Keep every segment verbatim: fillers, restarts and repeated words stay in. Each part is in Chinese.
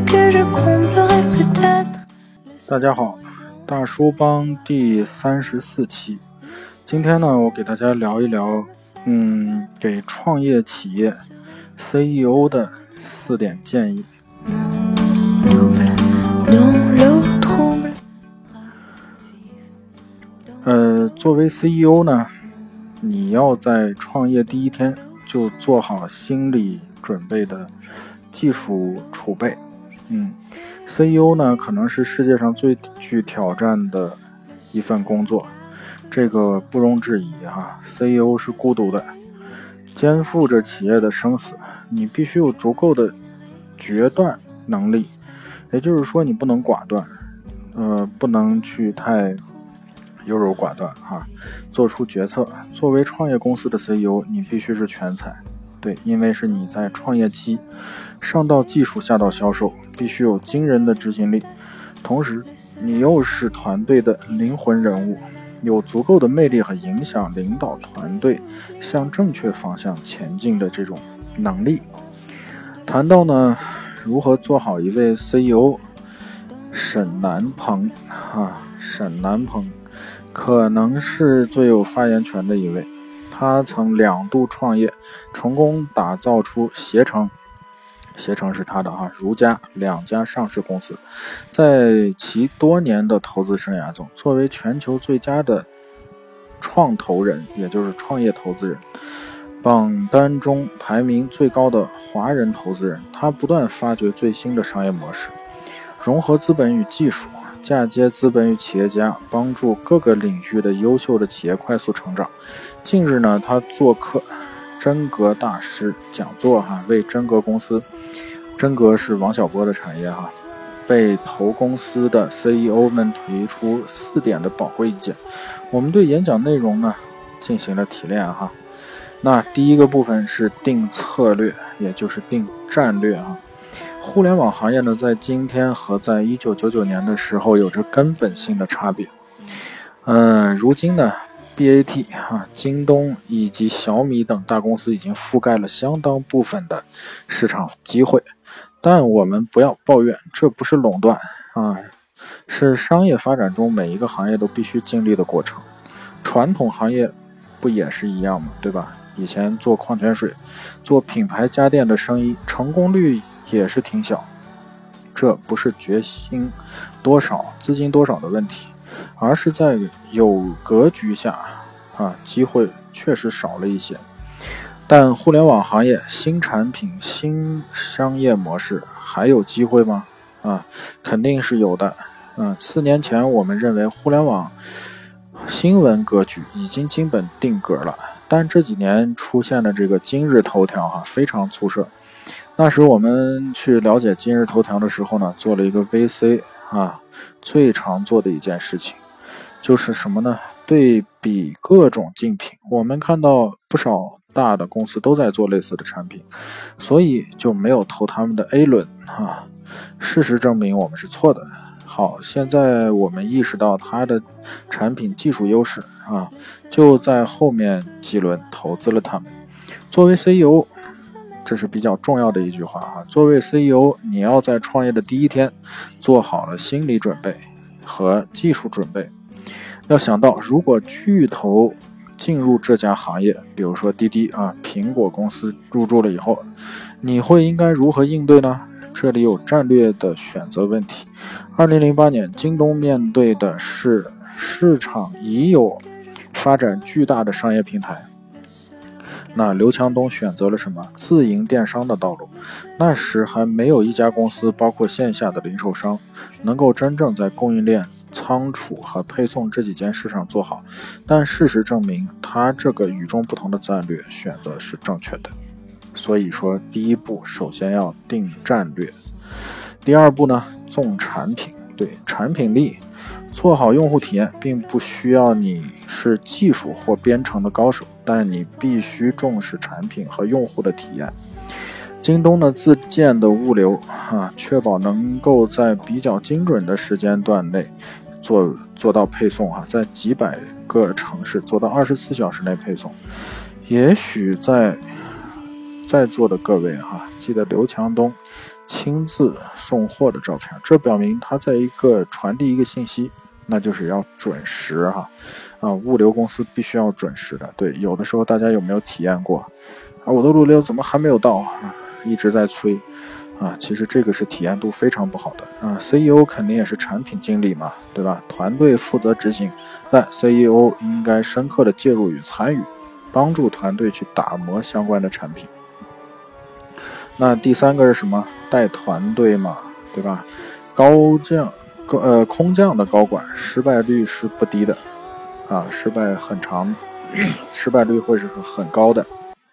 大家好，大叔帮第三十四期。今天呢，我给大家聊一聊，嗯，给创业企业 C E O 的四点建议。呃，作为 C E O 呢，你要在创业第一天就做好心理准备的技术储备。嗯 ，C E O 呢可能是世界上最具挑战的一份工作，这个不容置疑哈。C E O 是孤独的，肩负着企业的生死，你必须有足够的决断能力，也就是说你不能寡断，呃，不能去太优柔寡断哈，做出决策。作为创业公司的 C E O， 你必须是全才。对，因为是你在创业期，上到技术下到销售，必须有惊人的执行力，同时你又是团队的灵魂人物，有足够的魅力和影响领导团队向正确方向前进的这种能力。谈到呢如何做好一位 C E O， 沈南鹏啊，沈南鹏可能是最有发言权的一位。他曾两度创业，成功打造出携程，携程是他的哈，如家两家上市公司。在其多年的投资生涯中，作为全球最佳的创投人，也就是创业投资人榜单中排名最高的华人投资人，他不断发掘最新的商业模式，融合资本与技术，嫁接资本与企业家，帮助各个领域的优秀的企业快速成长。近日呢，他做客真格大师讲座哈，为真格公司，真格是王小波的产业哈，被投公司的 C E O 们提出四点的宝贵意见。我们对演讲内容呢进行了提炼哈。那第一个部分是定策略，也就是定战略哈。互联网行业呢，在今天和在一九九九年的时候有着根本性的差别。嗯，如今呢 B A T 啊、京东以及小米等大公司已经覆盖了相当部分的市场机会，但我们不要抱怨，这不是垄断啊，是商业发展中每一个行业都必须经历的过程。传统行业不也是一样吗？对吧？以前做矿泉水、做品牌家电的生意，成功率也是挺小。这不是决心多少、资金多少的问题，而是在有格局下啊，机会确实少了一些。但互联网行业新产品、新商业模式还有机会吗？啊，肯定是有的。嗯，四年前我们认为互联网新闻格局已经基本定格了，但这几年出现的这个今日头条哈、啊、非常出色。那时我们去了解今日头条的时候呢，做了一个 V C 啊，最常做的一件事情就是什么呢？对比各种竞品，我们看到不少大的公司都在做类似的产品，所以就没有投他们的 A 轮啊。事实证明我们是错的。好，现在我们意识到它的产品技术优势啊，就在后面几轮投资了他们。作为 C E O， 这是比较重要的一句话啊。作为 C E O， 你要在创业的第一天做好了心理准备和技术准备。要想到，如果巨头进入这家行业，比如说滴滴啊、苹果公司入驻了以后，你会应该如何应对呢？这里有战略的选择问题。二零零八年，京东面对的是市场已有发展巨大的商业平台。那刘强东选择了什么？自营电商的道路。那时还没有一家公司，包括线下的零售商，能够真正在供应链、仓储和配送这几件事上做好。但事实证明，他这个与众不同的战略选择是正确的。所以说，第一步首先要定战略，第二步呢，重产品。对，产品力，做好用户体验，并不需要你是技术或编程的高手，但你必须重视产品和用户的体验。京东的自建的物流啊，确保能够在比较精准的时间段内做做到配送啊，在几百个城市做到二十四小时内配送。也许在在座的各位哈、啊，记得刘强东亲自送货的照片，这表明他在一个传递一个信息，那就是要准时哈啊，物流公司必须要准时的。对，有的时候大家有没有体验过啊？我的物流怎么还没有到啊？一直在催啊，其实这个是体验度非常不好的啊。C E O 肯定也是产品经理嘛，对吧？团队负责执行，但 C E O 应该深刻的介入与参与，帮助团队去打磨相关的产品。那第三个是什么？带团队嘛，对吧？高降呃空降的高管失败率是不低的啊，失败很长，失败率会是很高的。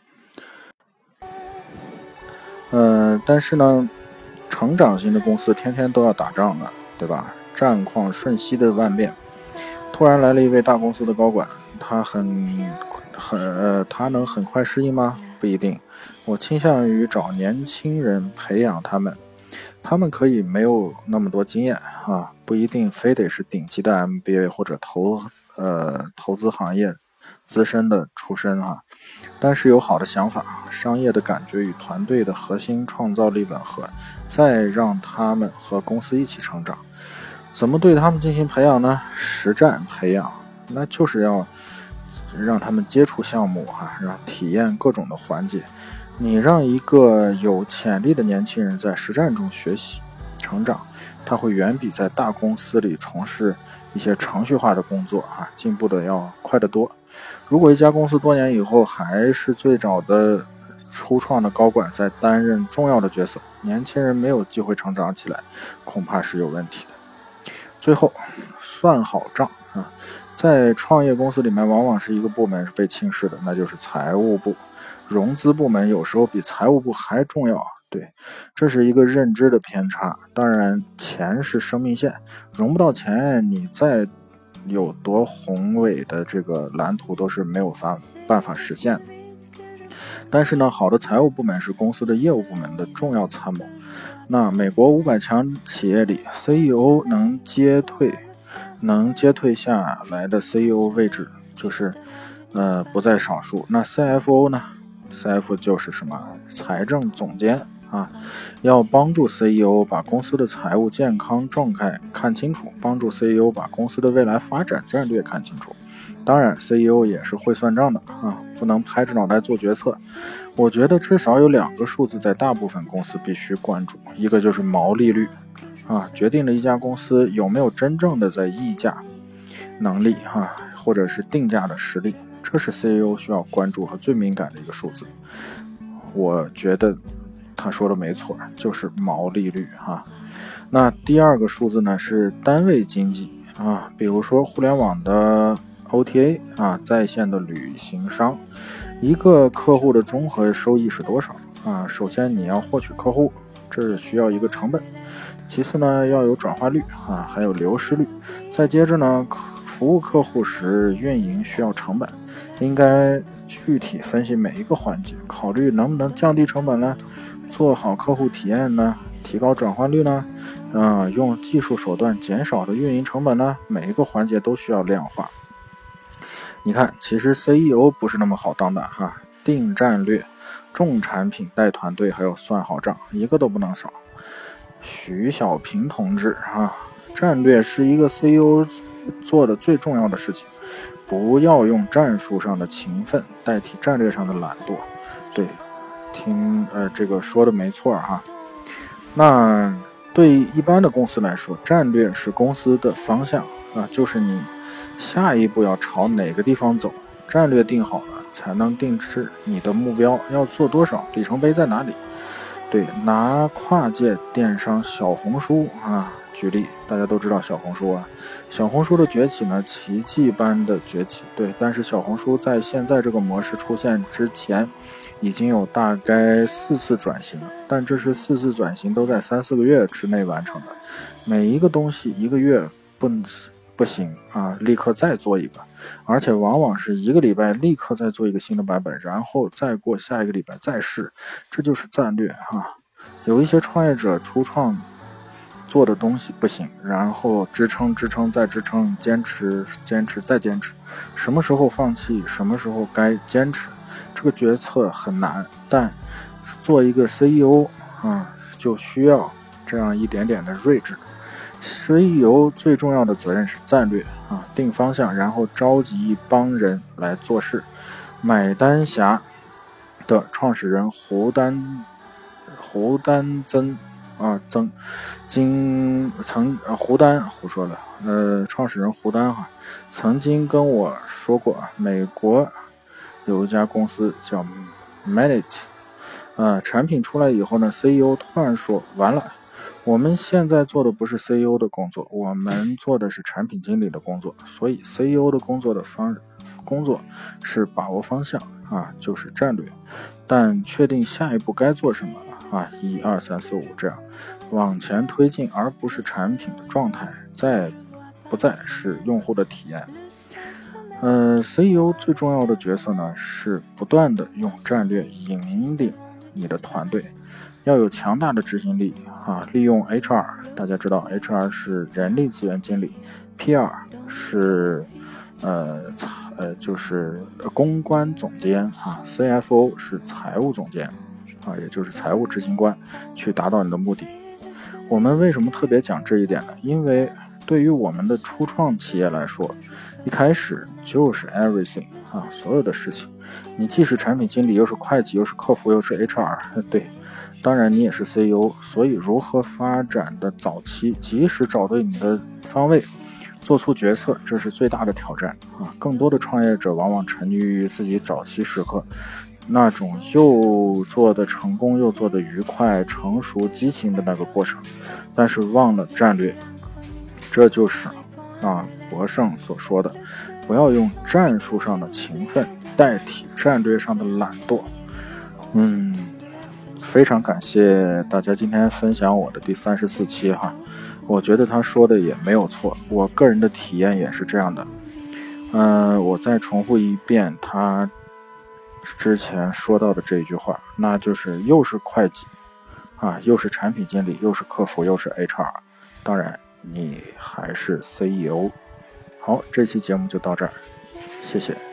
呃，但是呢，成长型的公司天天都要打仗的，对吧？战况瞬息的万变，突然来了一位大公司的高管，他很很呃，他能很快适应吗？不一定。我倾向于找年轻人培养他们，他们可以没有那么多经验啊，不一定非得是顶级的 M B A 或者投呃投资行业资深的出身啊，但是有好的想法、商业的感觉与团队的核心创造力吻合，再让他们和公司一起成长。怎么对他们进行培养呢？实战培养，那就是要让他们接触项目啊，让体验各种的环节。你让一个有潜力的年轻人在实战中学习成长，他会远比在大公司里从事一些程序化的工作啊进步的要快得多。如果一家公司多年以后还是最早的初创的高管在担任重要的角色，年轻人没有机会成长起来，恐怕是有问题的。最后，算好账啊，在创业公司里面，往往是一个部门是被轻视的，那就是财务部。融资部门有时候比财务部还重要，对，这是一个认知的偏差。当然，钱是生命线，融不到钱，你再有多宏伟的这个蓝图都是没有法办法实现的。但是呢，好的财务部门是公司的业务部门的重要参谋。那美国五百强企业里 ，C E O 能接退，能接退下来的 C E O 位置就是呃不在少数。那 C F O 呢 ？C F O 就是什么？财政总监啊，要帮助 C E O 把公司的财务健康状态看清楚，帮助 C E O 把公司的未来发展战略看清楚。当然 C E O 也是会算账的啊，不能拍着脑袋做决策。我觉得至少有两个数字在大部分公司必须关注，一个就是毛利率啊，决定了一家公司有没有真正的在议价能力啊，或者是定价的实力，这是 C E O 需要关注和最敏感的一个数字。我觉得他说的没错，就是毛利率啊。那第二个数字呢是单位经济啊，比如说互联网的O T A 啊，在线的旅行商，一个客户的综合收益是多少啊？首先你要获取客户，这是需要一个成本，其次呢要有转化率啊，还有流失率，再接着呢服务客户时运营需要成本，应该具体分析每一个环节，考虑能不能降低成本呢，做好客户体验呢，提高转化率呢，啊，用技术手段减少的运营成本呢，每一个环节都需要量化。你看，其实 C E O 不是那么好当的哈，定战略、重产品、带团队，还有算好账，一个都不能少。徐小平同志啊，战略是一个 C E O 做的最重要的事情，不要用战术上的勤奋代替战略上的懒惰。对，听呃这个说的没错哈。那对一般的公司来说，战略是公司的方向啊，就是你下一步要朝哪个地方走，战略定好了才能定制你的目标要做多少，里程碑在哪里。对，拿跨界电商小红书啊举例，大家都知道小红书啊，小红书的崛起呢，奇迹般的崛起。对，但是小红书在现在这个模式出现之前，已经有大概四次转型了，但这是四次转型都在三四个月之内完成的，每一个东西一个月不不行啊，立刻再做一个，而且往往是一个礼拜立刻再做一个新的版本，然后再过下一个礼拜再试，这就是战略哈、啊。有一些创业者初创做的东西不行，然后支撑支撑再支撑，坚持坚持再坚持，什么时候放弃，什么时候该坚持，这个决策很难。但做一个 C E O 啊， 就需要这样一点点的睿智。C E O 最重要的责任是战略啊，定方向，然后召集一帮人来做事。买单侠的创始人胡丹胡丹增啊增经曾啊胡丹胡说了，呃，创始人胡丹哈、啊、曾经跟我说过，美国有一家公司叫 Manit， 呃，产品出来以后呢 ，C E O 突然说完了。我们现在做的不是 C E O 的工作，我们做的是产品经理的工作，所以 C E O 的工作的方工作是把握方向啊，就是战略，但确定下一步该做什么啊，一二三四五这样往前推进，而不是产品的状态，在不在是用户的体验。呃 ，C E O 最重要的角色呢是不断的用战略引领你的团队。要有强大的执行力啊！利用 H R， 大家知道 H R 是人力资源经理 ，P R 是呃呃就是公关总监啊 ，C F O 是财务总监啊，也就是财务执行官，去达到你的目的。我们为什么特别讲这一点呢？因为对于我们的初创企业来说，一开始就是 everything 啊，所有的事情，你既是产品经理，又是会计，又是客服，又是 H R， 对。当然你也是 C E O， 所以如何发展的早期及时找对你的方位，做出决策，这是最大的挑战啊！更多的创业者往往沉溺于自己早期时刻那种又做的成功又做的愉快成熟激情的那个过程，但是忘了战略。这就是啊博胜所说的，不要用战术上的勤奋代替战略上的懒惰。嗯非常感谢大家今天分享我的第三十四期哈，我觉得他说的也没有错，我个人的体验也是这样的。嗯、呃，我再重复一遍他之前说到的这一句话，那就是又是会计啊，又是产品经理，又是客服，又是 H R， 当然你还是 C E O。好，这期节目就到这儿，谢谢。